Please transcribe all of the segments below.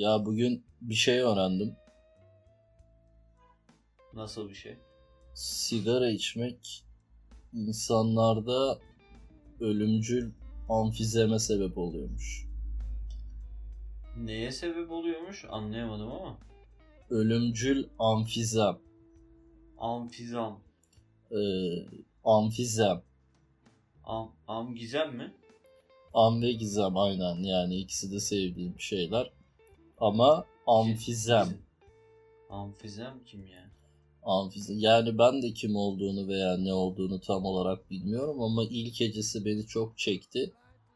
Ya bugün bir şey öğrendim. Nasıl bir şey? Sigara içmek insanlarda ölümcül amfizeme sebep oluyormuş. Neye sebep oluyormuş anlayamadım ama. Ölümcül amfizem. Amfizam. Ee, amfizem. Amgizem mi? Am ve gizem aynen, yani ikisi de sevdiğim şeyler. Ama amfizem. Amfizem kim ya? Amfizem. Yani ben de kim olduğunu veya ne olduğunu tam olarak bilmiyorum ama ilk hecesi beni çok çekti.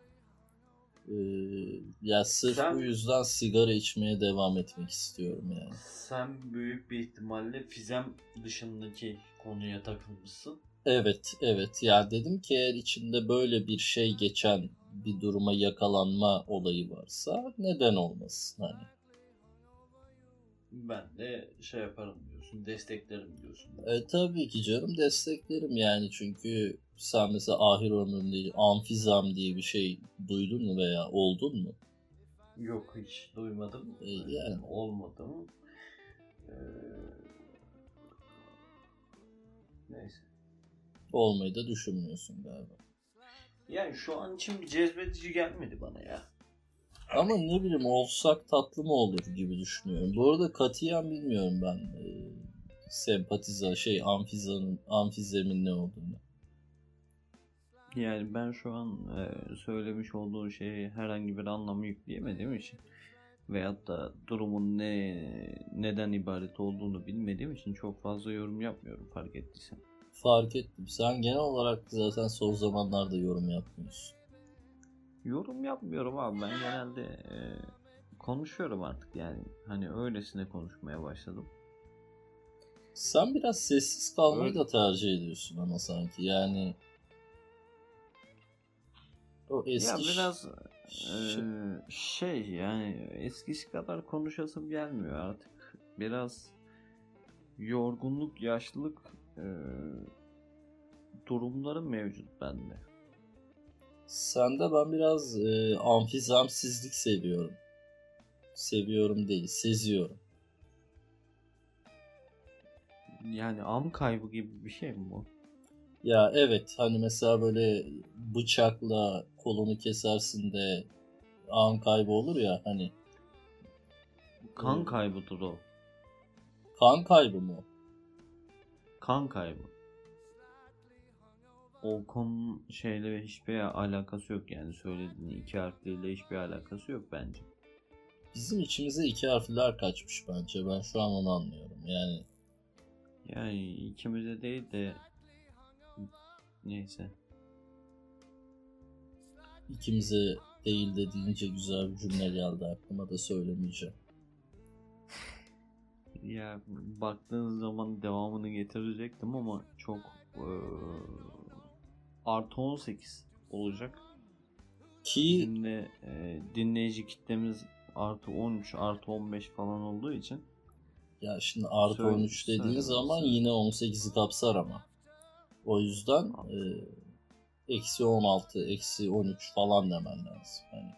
Ya sırf bu Sen yüzden sigara içmeye devam etmek istiyorum yani. sen büyük bir ihtimalle fizem dışındaki konuya takılmışsın. Evet. Ya dedim ki eğer içinde böyle bir şey geçen bir duruma yakalanma olayı varsa neden olmasın hani. Ben de şey yaparım diyorsun, desteklerim diyorsun. Tabii ki canım, desteklerim yani, çünkü sen mesela ahir ömründe amfizam diye bir şey duydun mu veya oldun mu? Yok, hiç duymadım. Yani Olmadım. Ee, Neyse. olmayı da düşünmüyorsun galiba. Yani şu an için bir cezbedici gelmedi bana ya. Ama ne bileyim, olsak tatlı mı olur gibi düşünüyorum. Bu arada katiyen bilmiyorum ben amfizemin ne olduğunu. Yani ben şu an söylemiş olduğu şeye herhangi bir anlam yükleyemediğim için veyahut da durumun neden ibaret olduğunu bilmediğim için çok fazla yorum yapmıyorum, fark ettiysen. Fark ettim. Sen genel olarak zaten son zamanlarda yorum yapmıyorsun. Yorum yapmıyorum abi, ben genelde konuşuyorum artık, yani hani öylesine konuşmaya başladım. Sen biraz sessiz kalmayı Öyle. da tercih ediyorsun ama sanki. Yani o eski Ya biraz ş- yani eskisi kadar konuşasım gelmiyor artık. Biraz yorgunluk, yaşlılık durumlarım mevcut bende. sende ben biraz amfizemsizlik seviyorum. Seviyorum değil, seziyorum. Yani am kaybı gibi bir şey mi bu? Ya evet, hani mesela böyle bıçakla kolunu kesersin de an kaybı olur ya hani. Kan e, kaybıdır o. kan kaybı mı o? Kan kaybı. O konunun şeyle hiçbir alakası yok, yani söylediğin iki harfleriyle hiçbir alakası yok bence. Bizim içimize iki harfler kaçmış bence. Ben şu an onu anlıyorum. Yani Yani ikimize değil de neyse. ikimize değil de deyince güzel bir cümle geldi aklıma, da söylemeyeceğim. Ya baktığınız zaman devamını getirecektim ama çok artı 18 olacak. Ki Bizim de dinleyici kitlemiz artı 13 artı 15 falan olduğu için ya şimdi artı 13 dediğin zaman söylemesi yine 18'i kapsar ama. O yüzden eksi 16, eksi 13 falan demen lazım. Hani.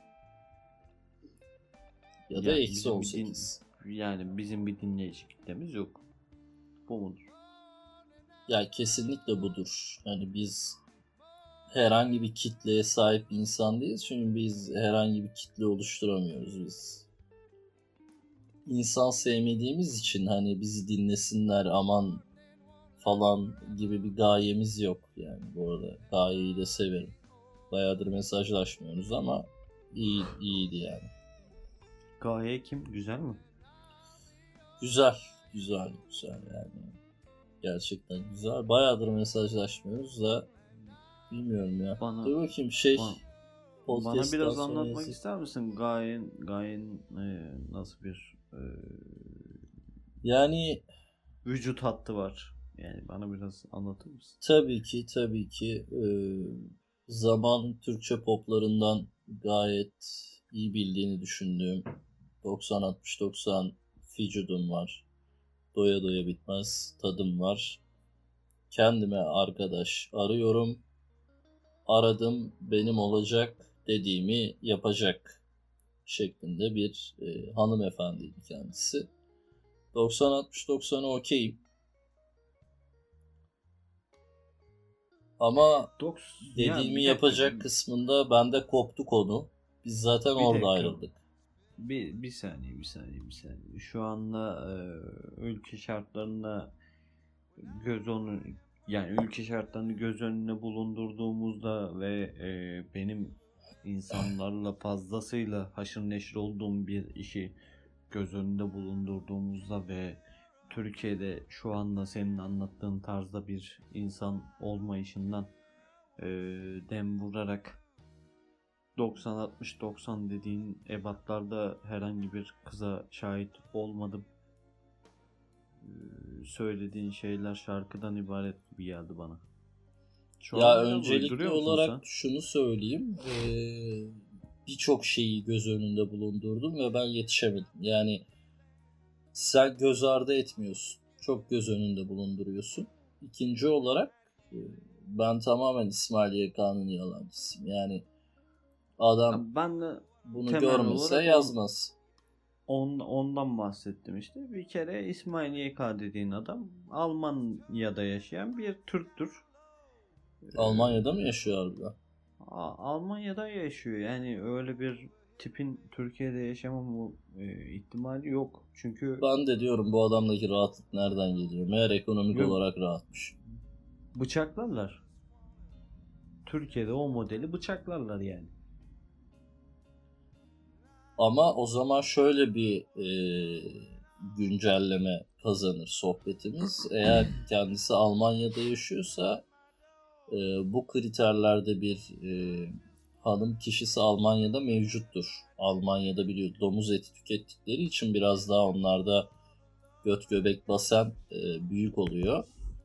Ya da yani eksi 18. bizim bir dinleyici kitlemiz yok. Bu mudur? Ya kesinlikle budur. Hani biz herhangi bir kitleye sahip bir insan değiliz. Çünkü biz herhangi bir kitle oluşturamıyoruz biz. İnsan sevmediğimiz için hani bizi dinlesinler aman falan gibi bir gayemiz yok. Yani bu arada gayeyi de severim. Bayağıdır mesajlaşmıyoruz ama iyiydi yani. Gaye kim? Güzel mi? Güzel yani. Gerçekten güzel. Bayağıdır mesajlaşmıyoruz da bilmiyorum ya. Bana Dur bakayım bana, bana podcast'tan biraz sonra anlatmak yazayım. ister misin? Gaye'nin nasıl bir Yani vücut hattı var? Yani bana biraz anlatır mısın? tabii ki zaman Türkçe poplarından gayet iyi bildiğini düşündüğüm 90-60-90 Vücudum var. Doya doya bitmez tadım var. Kendime arkadaş arıyorum. Aradım benim olacak dediğimi yapacak şeklinde bir hanımefendiydi kendisi. 90-60-90'a okeyim. Ama dediğimi yapacak kısmında bende koptu konu. Biz zaten orada ayrıldık. Bir saniye. Şu anda ülke şartlarında ülke şartlarını göz önüne bulundurduğumuzda ve benim insanlarla fazlasıyla haşır neşir olduğum bir işi göz önünde bulundurduğumuzda ve Türkiye'de şu anda senin anlattığın tarzda bir insan olmayışından dem vurarak 90-60-90 dediğin ebatlarda herhangi bir kıza şahit olmadım. Söylediğin şeyler şarkıdan ibaret gibi geldi bana. Ya öncelikli olarak şunu söyleyeyim. Birçok şeyi göz önünde bulundurdum ve ben yetişemedim. Yani sen göz ardı etmiyorsun. Çok göz önünde bulunduruyorsun. İkinci olarak ben tamamen İsmail YK'nın yalancısıyım. Yani adam ben de bunu görmese yazmaz. Ondan bahsettim işte. Bir kere İsmail YK dediğin adam Almanya'da yaşayan bir Türktür. Almanya'da mı yaşıyor harbiden? Almanya'da yaşıyor. Yani öyle bir tipin Türkiye'de yaşamama ihtimali yok. Çünkü ben de diyorum bu adamdaki rahatlık nereden geliyor? Meğer ekonomik olarak rahatmış. Bıçaklarlar. Türkiye'de o modeli bıçaklarlar yani. Ama o zaman şöyle bir güncelleme kazanır sohbetimiz. Eğer kendisi Almanya'da yaşıyorsa bu kriterlerde bir hanım kişisi Almanya'da mevcuttur. Almanya'da biliyor domuz eti tükettikleri için biraz daha onlarda göt göbek basen büyük oluyor.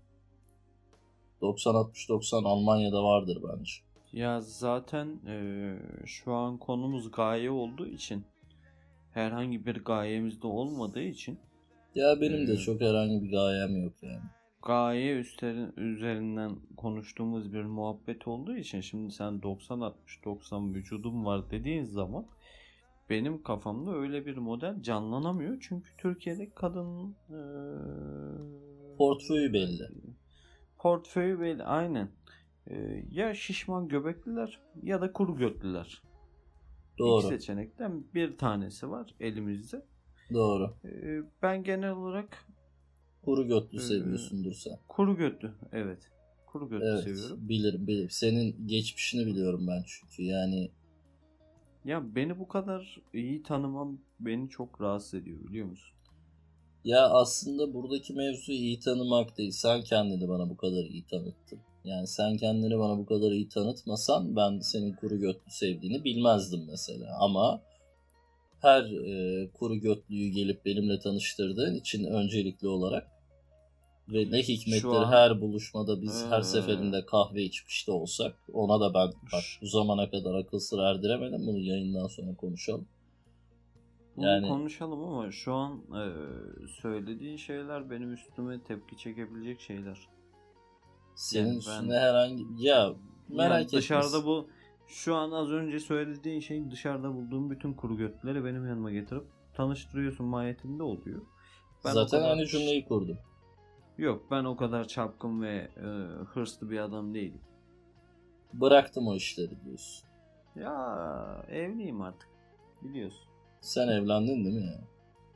90-60-90 Almanya'da vardır bence. Ya zaten şu an konumuz gaye olduğu için herhangi bir gayemiz de olmadığı için ya benim de çok herhangi bir gayem yok yani. Gaye üzerinden konuştuğumuz bir muhabbet olduğu için şimdi sen 90-60-90 vücudum var dediğin zaman benim kafamda öyle bir model canlanamıyor. Çünkü Türkiye'de kadının portföyü belli. Portföyü belli aynen. Ya şişman göbekliler ya da kuru götlüler. Doğru. İki seçenekten bir tanesi var elimizde. Doğru. Ben genel olarak kuru götlü seviyorsundur sen. Kuru götlü evet. Kuru götlü seviyorum. Bilirim. Senin geçmişini biliyorum ben çünkü yani. Ya beni bu kadar iyi tanımam beni çok rahatsız ediyor biliyor musun? Ya aslında buradaki mevzu iyi tanımak değil. Sen kendini bana bu kadar iyi tanıttın. Yani sen kendini bana bu kadar iyi tanıtmasan ben senin kuru götlü sevdiğini bilmezdim mesela. Ama her kuru götlüyü gelip benimle tanıştırdığın için öncelikli olarak ve ne hikmettir her buluşmada biz her seferinde kahve içmiş de olsak ona da ben bak bu zamana kadar akıl sır erdiremedim. Bunu yayından sonra konuşalım. Yani konuşalım ama şu an söylediğin şeyler benim üstüme tepki çekebilecek şeyler. Senin yani üstüne herhangi ya merak etme. Dışarıda bu şu an az önce söylediğin şey dışarıda bulduğum bütün kuru götleri benim yanıma getirip tanıştırıyorsun mahiyetinde oluyor. Ben zaten aynı cümleyi kurdum. Yok ben o kadar çapkın ve hırslı bir adam değilim. Bıraktım o işleri diyorsun. Ya evliyim artık biliyorsun. Sen evlendin değil mi ya?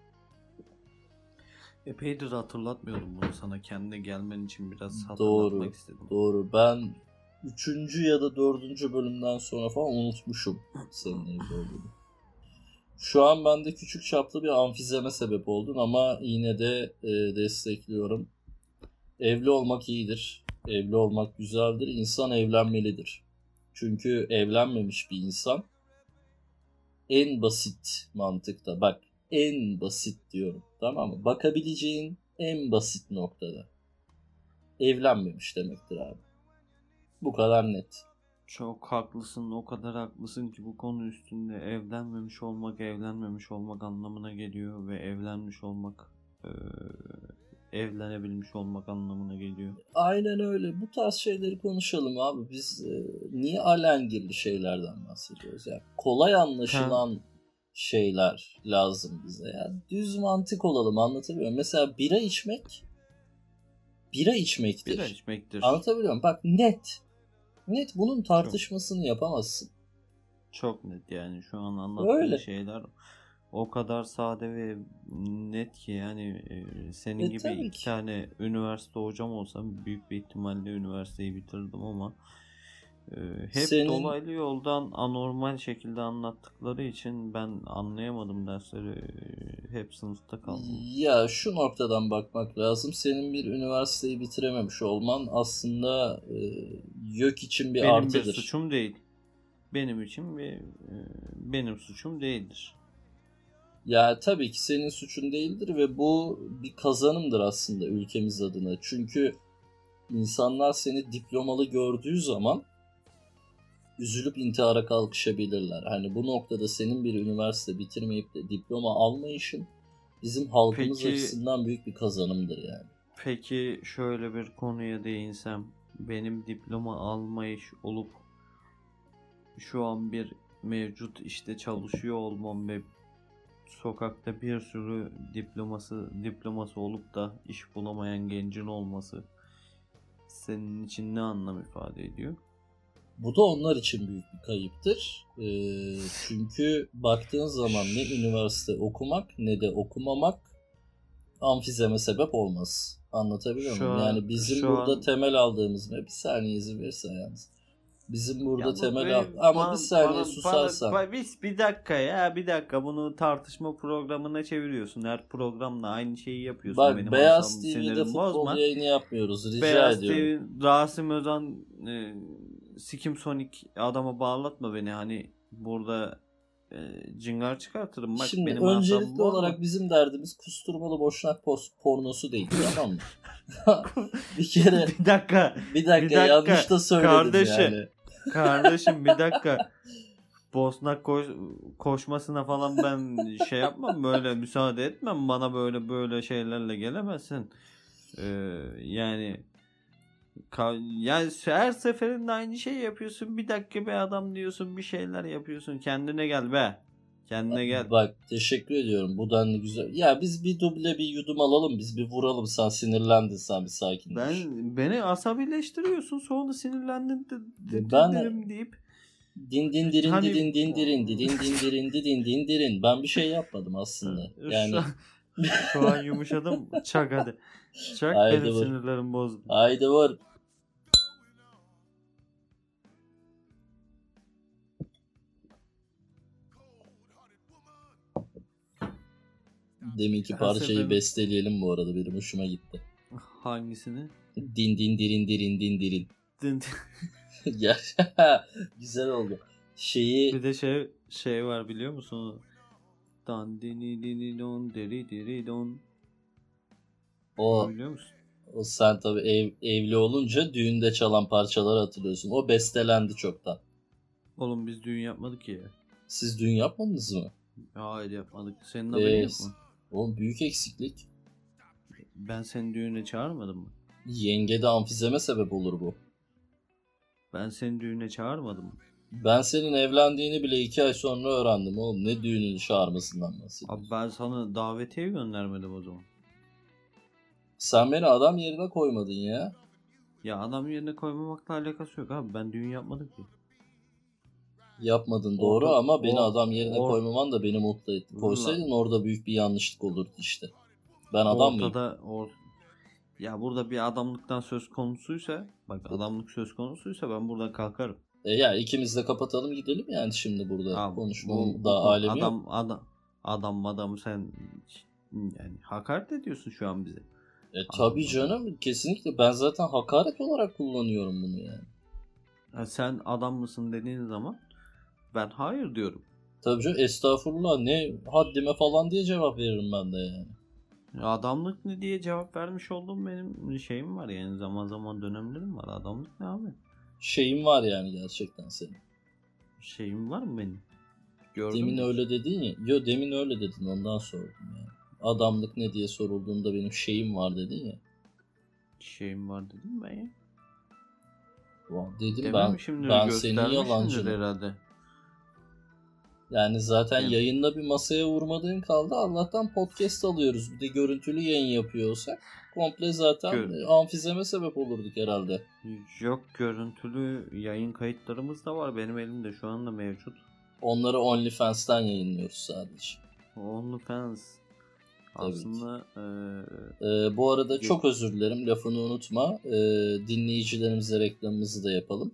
Epeydir hatırlatmıyordum bunu sana kendine gelmen için biraz hatırlatmak istedim. Doğru. Ben 3. ya da 4. bölümden sonra falan unutmuşum senin evli olduğunu. Şu an bende küçük çaplı bir amfizeme sebep oldun ama yine de destekliyorum. Evli olmak iyidir. Evli olmak güzeldir. İnsan evlenmelidir. Çünkü evlenmemiş bir insan en basit mantıkta bak en basit diyorum tamam mı? Bakabileceğin en basit noktada evlenmemiş demektir abi. Bu kadar net. Çok haklısın o kadar haklısın ki bu konu üstünde evlenmemiş olmak anlamına geliyor ve evlenmiş olmak evlenebilmiş olmak anlamına geliyor. Aynen öyle. Bu tarz şeyleri konuşalım abi. Biz niye alengirli şeylerden bahsediyoruz? Yani kolay anlaşılan şeyler lazım bize. Yani düz mantık olalım, anlatabiliyor muyum? Mesela bira içmektir. Bira içmektir. Anlatabiliyor muyum? Bak net. Net, bunun Çok tartışmasını yapamazsın. çok net yani şu an anlattığın Öyle. şeyler o kadar sade ve net ki yani senin gibi Tabii iki ki. tane üniversite hocam olsam büyük bir ihtimalle üniversiteyi bitirdim ama hep Senin dolaylı yoldan anormal şekilde anlattıkları için ben anlayamadım dersleri. Hep sınıfta kaldım. Ya şu noktadan bakmak lazım. Senin bir üniversiteyi bitirememiş olman aslında YÖK için bir Benim bir artıdır. suçum değil. Benim için benim suçum değildir. Ya tabii ki senin suçun değildir ve bu bir kazanımdır aslında ülkemiz adına. Çünkü insanlar seni diplomalı gördüğü zaman üzülüp intihara kalkışabilirler. Hani bu noktada senin bir üniversite bitirmeyip de diploma almayışın bizim halkımız Peki açısından büyük bir kazanımdır yani. peki şöyle bir konuya değinsem, benim diploma almayış olup şu an bir mevcut işte çalışıyor olmam ve sokakta bir sürü diploması olup da iş bulamayan gencin olması senin için ne anlam ifade ediyor? Bu da onlar için büyük bir kayıptır. Çünkü baktığın zaman ne üniversite okumak ne de okumamak amfizeme sebep olmaz. Anlatabiliyor Şu muyum? an Yani bizim şu burada an temel aldığımız bir saniye izin verirsen yalnız. Bizim burada ya bu temel benim ama bir saniye susarsan. bir dakika ya bir dakika bunu tartışma programına çeviriyorsun. Her programda aynı şeyi yapıyorsun. Bak, Benim Beyaz asabımı TV'de sinirimi futbol bozma. yayını yapmıyoruz. Rica Beyaz ediyorum. TV Rasim Özan Sikim Sonic adama bağlatma beni. Hani burada cingar çıkartırım. Bak Şimdi benim asabımı öncelikli bozma. olarak bizim derdimiz kusturmalı boşnak pornosu değil, tamam mı? Bir kere Bir dakika. bir dakika, Bir dakika. yanlış da söyledim yani. Kardeşim bir dakika. Bosnak koşmasına falan ben şey yapmam, böyle müsaade etmem, bana böyle şeylerle gelemezsin. Yani yani her seferinde aynı şeyi yapıyorsun, bir dakika be adam diyorsun, bir şeyler yapıyorsun, kendine gel be, kendine gel. Bak, teşekkür ediyorum. Bu denli güzel. Ya biz bir duble bir yudum alalım. Biz bir vuralım. Sen sinirlendin. Sen bir sakinleş. Beni asabileştiriyorsun, sonra sinirlendin Ben derim deyip din din dirin hani didin din dirin didin din dirin didin din dirin. Ben bir şey yapmadım aslında. şu, Yani şu an yumuşadım, çak hadi çak, haydi benim vur. sinirlerim bozdu. Haydi vur. Deminki Her parçayı seferin besteleyelim bu arada. Benim hoşuma gitti. hangisini? Din din dirin dirin din dirin. Ya, güzel oldu. Bir de şey var biliyor musun? Dan dini dini don deri deri don. Onu o biliyor musun? o sen tabii evli olunca düğünde çalan parçaları hatırlıyorsun. O bestelendi çoktan. Oğlum biz düğün yapmadık ki ya. Siz düğün yapmadınız mı? Hayır yapmadık. Senin haberin Ee, yok mu? Oğlum, büyük eksiklik. Ben seni düğüne çağırmadım mı? Yengede amfizeme sebep olur bu. Ben seni düğüne çağırmadım mı? Ben senin evlendiğini bile 2 ay sonra öğrendim oğlum. Ne düğünün çağırmasından bahsediyorsun? Abi ben sana davetiye göndermedim o zaman. Sen beni adam yerine koymadın ya. Ya adam yerine koymamakla alakası yok abi. Ben düğün yapmadım ki. Yapmadın doğru, Orta, ama beni or, adam yerine or, koymaman da beni mutlu etti. la, Koysaydın orada büyük bir yanlışlık olurdu işte. Ben adam mıyım? ya burada bir adamlıktan söz konusuysa, bak adamlık söz konusuysa ben buradan kalkarım. Ya ikimiz de kapatalım gidelim yani, şimdi burada Abi konuşmanın daha alemi yok. adam sen yani hakaret ediyorsun şu an bize. Tabii Adam. canım, kesinlikle ben zaten hakaret olarak kullanıyorum bunu yani. Ya sen adam mısın dediğin zaman ben hayır diyorum. Tabii canım, estağfurullah, ne haddime falan diye cevap veririm ben de yani. Ya adamlık ne diye cevap vermiş olduğum benim şeyim var yani, zaman zaman dönemlerim var. Adamlık ne abi? Şeyim var yani gerçekten senin. Şeyim var mı benim? Gördün Demin mü hiç? öyle dedin ya. Yo, demin öyle dedin, ondan sordum yani. Adamlık ne diye sorulduğunda benim şeyim var dedin ya. Şeyim var dedim ben ya. Dedim Dememişimdir, ben senin göstermişimdir yalancını. herhalde. Yani zaten Yani yayında bir masaya vurmadığın kaldı. Allah'tan podcast alıyoruz. Bir de görüntülü yayın yapıyorsak komple zaten gö- amfizeme sebep olurduk herhalde. yok, görüntülü yayın kayıtlarımız da var. Benim elimde şu anda mevcut. Onları OnlyFans'tan yayınlıyoruz sadece. OnlyFans. Tabii ki. Aslında Bu arada çok özür dilerim, lafını unutma. Dinleyicilerimize reklamımızı da yapalım.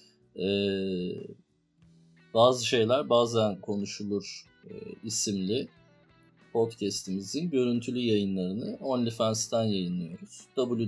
Bazı şeyler bazen konuşulur isimli podcast'imizin görüntülü yayınlarını OnlyFans'tan yayınlıyoruz.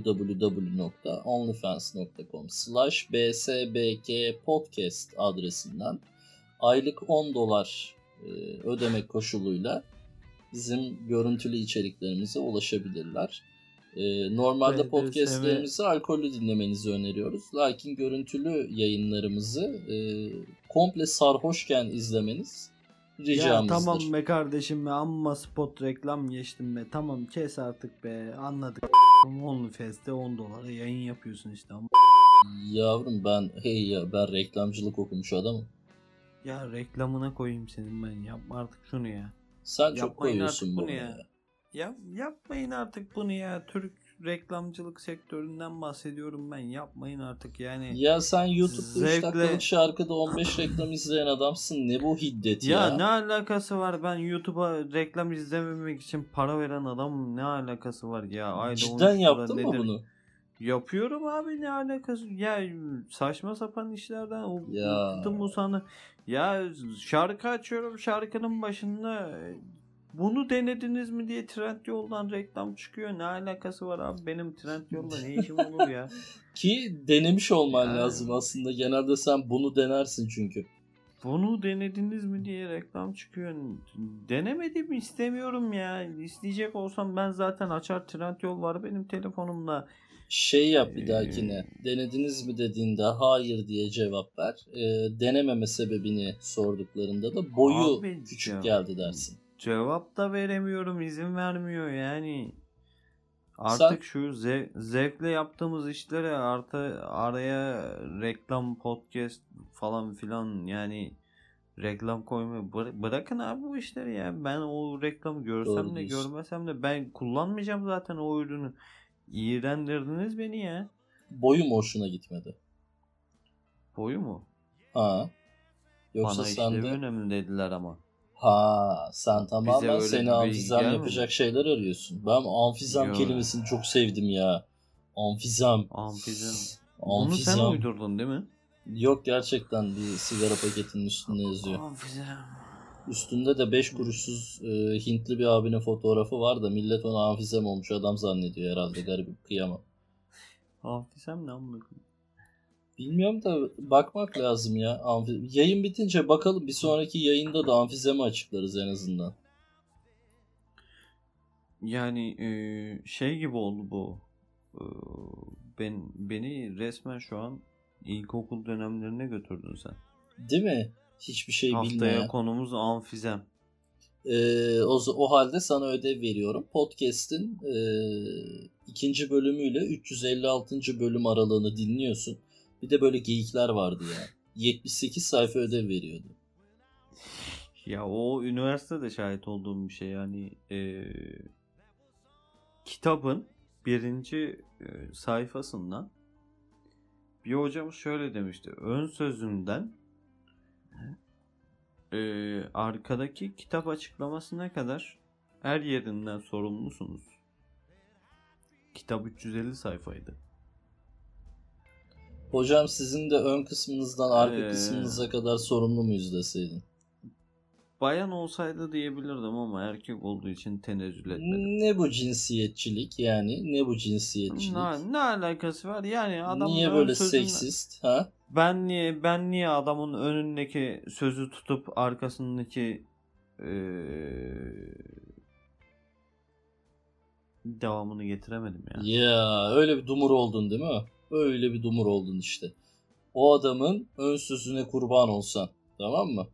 www.onlyfans.com/bsbkpodcast adresinden aylık $10 ödeme koşuluyla bizim görüntülü içeriklerimize ulaşabilirler. Normalde podcastlerimizi alkollü dinlemenizi öneriyoruz. Lakin görüntülü yayınlarımızı komple sarhoşken izlemeniz ricamızdır. Ya tamam be kardeşim be, amma spot reklam geçtim be. Tamam kes artık be, anladık. OnlyFans'te $10 yayın yapıyorsun işte ama. Yavrum ben reklamcılık okumuş adamım. Ya reklamına koyayım senin ben, yapma artık şunu ya. Sen çok Yapmayın koyuyorsun artık bunu bunu ya. Yapmayın artık bunu ya. Türk reklamcılık sektöründen bahsediyorum ben. Yapmayın artık yani. Ya sen YouTube'da 3 Zevkle- dakikalık şarkıda 15 reklam izleyen adamsın. Ne bu hiddet ya? Ya ne alakası var, ben YouTube'a reklam izlememek için para veren adamım, ne alakası var ya? Ayda Cidden 13 lira yaptın mı nedir? bunu? Yapıyorum abi, ne alakası ya, saçma sapan işlerden Ya. bıktım bu sana. Ya şarkı açıyorum, şarkının başında bunu denediniz mi diye Trendyol'dan reklam çıkıyor. Ne alakası var abi, benim Trendyol'da ne işim olur ya? Ki denemiş olman Ya. lazım aslında. Genelde sen bunu denersin çünkü. Bunu denediniz mi diye reklam çıkıyor. Denemedim, istemiyorum ya. İsteyecek olsam ben zaten açar, Trendyol var benim telefonumda. Şey yap bir dahakine. Denediniz mi dediğinde hayır diye cevap ver. Denememe sebebini sorduklarında da boyu Abi küçük ya. geldi dersin. Cevap da veremiyorum, izin vermiyor yani. Artık şu zevkle yaptığımız işlere araya reklam, podcast falan filan, yani reklam koymayı bırakın abi bu işleri ya. Ben o reklamı görsem Doğru de diyorsun. görmesem de ben kullanmayacağım zaten o ürünü. İğrendirdiniz beni ya. Boyu mu hoşuna gitmedi? Boyu mu? Ha. Yoksa Bana sen işlevi de... önemli dediler ama. Sen tamamen öyle seni bir bilgi amfizem gelmedi. yapacak şeyler arıyorsun. Ben amfizem Yo. kelimesini çok sevdim ya. Amfizem. Amfizem. Bunu sen Amfizem. uydurdun değil mi? Yok, gerçekten bir sigara paketinin üstünde yazıyor. Amfizem. Üstünde de 5 kuruşsuz Hintli bir abinin fotoğrafı var da millet onu amfizem olmuş adam zannediyor herhalde, garibim, kıyamam. Amfizem ne amına koyayım? Bilmiyorum da bakmak lazım ya. Yayın bitince bakalım, bir sonraki yayında da amfizemi açıklarız en azından. Yani şey gibi oldu bu. Beni resmen şu an ilkokul dönemlerine götürdün sen. Değil mi? Hiçbir şey Haftaya bilmeyen. konumuz amfizem. O halde sana ödev veriyorum. Podcast'in 2. bölümüyle 356. bölüm aralığını dinliyorsun. Bir de böyle geyikler vardı ya. 78 sayfa ödev veriyordu. Ya o üniversitede şahit olduğum bir şey yani. Kitabın birinci sayfasından bir hocamız şöyle demişti. Ön sözünden arkadaki kitap açıklamasına kadar her yerinden sorumlusunuz. Kitap 350 sayfaydı. Hocam sizin de ön kısmınızdan arka kısmınıza kadar sorumlu muyuz deseydin? Bayan olsaydı diyebilirdim ama erkek olduğu için tenezzül etmedim. Ne bu cinsiyetçilik yani? Ne bu cinsiyetçilik? Ne alakası var? Yani adamın Niye böyle seksist? Ha? Ben niye adamın önündeki sözü tutup arkasındaki devamını getiremedim ya. Ya öyle bir dumur oldun değil mi? Öyle bir dumur oldun işte. O adamın ön sözüne kurban olsan. Tamam mı?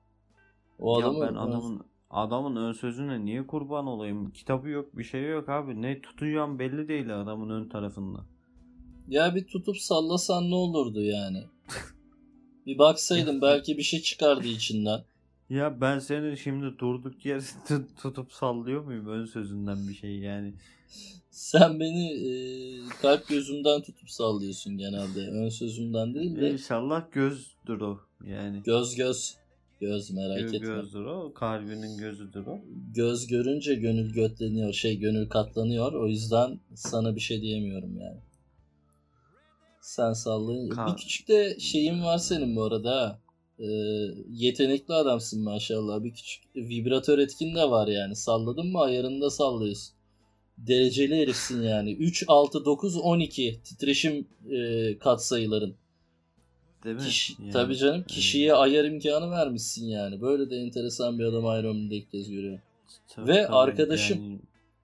Adamın ön sözüne niye kurban olayım? Kitabı yok, bir şey yok abi. Ne tutacağım belli değil adamın ön tarafında. Ya bir tutup sallasan ne olurdu yani? Bir baksaydın belki bir şey çıkardı içinden. Ya ben seni şimdi durduk yere tutup sallıyor muyum ön sözünden bir şey yani? Sen beni kalp gözümden tutup sallıyorsun genelde. Ön sözümden değil de İnşallah gözdür o yani. göz göz. Göz, merak etme. Gözdür o. Kalbinin gözüdür o. Göz görünce gönül götleniyor. Gönül katlanıyor. O yüzden sana bir şey diyemiyorum yani. Sen sallayın. Bir küçük de şeyin var senin bu arada ha. Yetenekli adamsın maşallah. Bir küçük vibratör etkin de var yani. Salladın mı ayarında sallıyorsun. Dereceli herifsin yani. 3, 6, 9, 12 titreşim katsayıların. Değil mi? Yani, tabii canım. Kişiye ayar imkanı vermişsin yani. Böyle de enteresan bir adam Iron Man'de ilk kez görüyorum. Ve arkadaşım. Yani,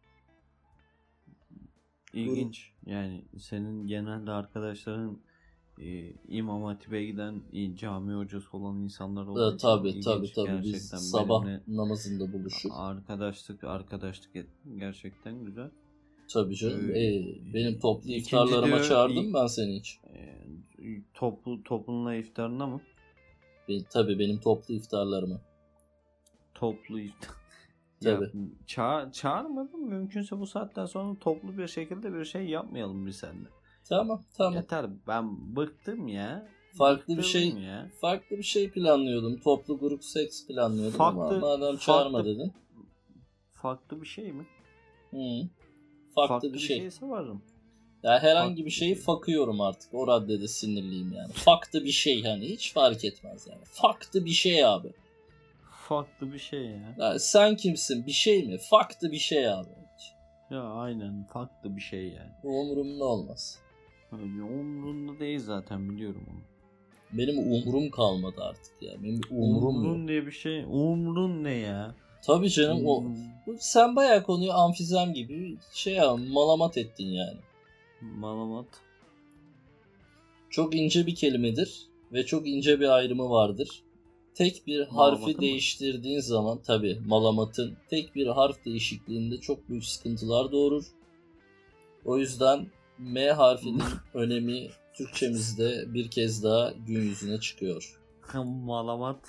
ilginç. Yani senin genelde arkadaşların İmam Hatip'e giden cami hocası olan insanlar olduğu tabii gerçekten biz sabah namazında buluşur. Arkadaşlık gerçekten güzel. Tabii canım. Benim toplu iftarlarıma çağırdım ben seni hiç. Toplumla iftarına mı? Tabii benim toplu iftarlarıma. Toplu iftar. Tabii. Çağırmadım. Mümkünse bu saatten sonra toplu bir şekilde bir şey yapmayalım biz seninle. Tamam. Yeter, ben bıktım ya. Farklı bir şey planlıyordum. Toplu grup seks planlıyordum ama madem çağırma dedin. Farklı bir şey mi? Farklı bir şey. Şeyse varım. Ya herhangi bir şeyi fakıyorum artık. O raddede sinirliyim yani. Farklı bir şey hani hiç fark etmez yani. Farklı bir şey abi. Farklı bir şey ya. Ya sen kimsin? Bir şey mi? Farklı bir şey abi. Ya aynen farklı bir şey yani. Umurumda olmaz. Umurumda değil zaten biliyorum onu. Benim umurum kalmadı artık ya. Benim umurun diye bir şey. Umurun ne ya? Tabii canım sen bayağı konuyu amfizem gibi malamat ettin yani. Malamat. Çok ince bir kelimedir ve çok ince bir ayrımı vardır. Tek bir harfi değiştirdiğin zaman tabii malamatın tek bir harf değişikliğinde çok büyük sıkıntılar doğurur. O yüzden M harfinin önemi Türkçemizde bir kez daha gün yüzüne çıkıyor. Malamat.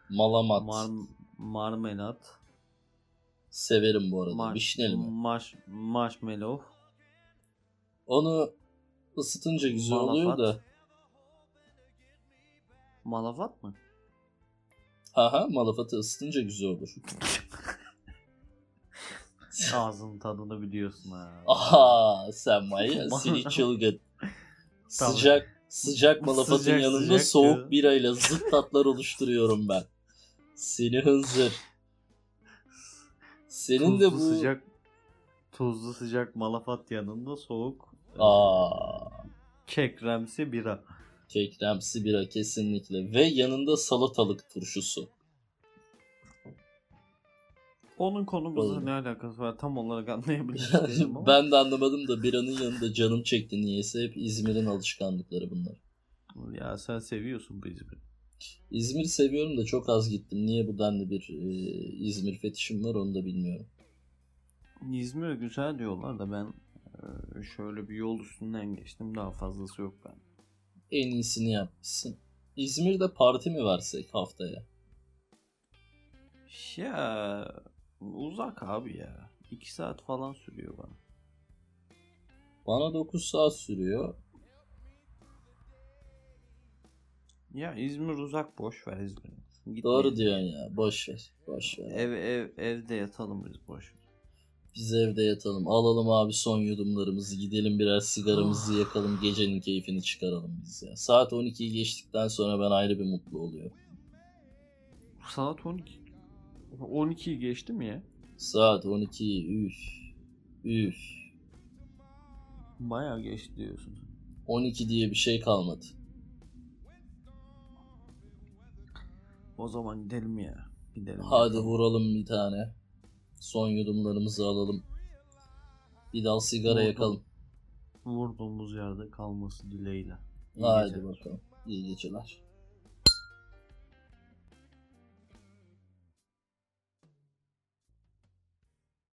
Marmelat. Severim bu arada. Vişneli mi? Marshmallow. Onu ısıtınca güzel oluyor da. Malafat mı? Malafatı ısıtınca güzel olur. Ağzının tadını biliyorsun ha. Aha sen var ya seni çılgın. Sıcak malafatın yanında soğuk birayla zıt tatlar oluşturuyorum ben. Seni hınzır. Senin de bu tuzlu sıcak malafat yanında soğuk kekremsi bira. Kekremsi bira kesinlikle ve yanında salatalık turşusu. Onun konumuzla ne alakası var tam olarak anlayabilirim ama. Ben de anlamadım da biranın yanında canım çekti niyeyse. Hep İzmir'in alışkanlıkları bunlar. Ya sen seviyorsun bu İzmir'i. İzmir'i seviyorum da çok az gittim. Niye bu denli bir İzmir fetişim var onu da bilmiyorum. İzmir güzel diyorlar da ben şöyle bir yol üstünden geçtim. Daha fazlası yok ben. En iyisini yapmışsın. İzmir'de parti mi versek haftaya? Ya uzak abi ya. 2 saat falan sürüyor bana. Bana 9 saat sürüyor. Ya İzmir uzak, boş ver İzmir'i. Doğru diyorsun ya, boş ver. Evde yatalım biz, boş ver. Biz evde yatalım. Alalım abi son yudumlarımızı. Gidelim birer sigaramızı yakalım. Gecenin keyfini çıkaralım biz ya. Saat 12'yi geçtikten sonra ben ayrı bir mutlu oluyorum. Saat 12. 12'yi geçti mi ya? Saat 12'yi üf. Bayağı geçti diyorsun. 12 diye bir şey kalmadı. O zaman gidelim ya. Hadi vuralım bir tane. Son yudumlarımızı alalım. Bir dal sigara yakalım. Vurduğumuz yerde kalması dileğiyle. Hadi bakalım. İyi geceler.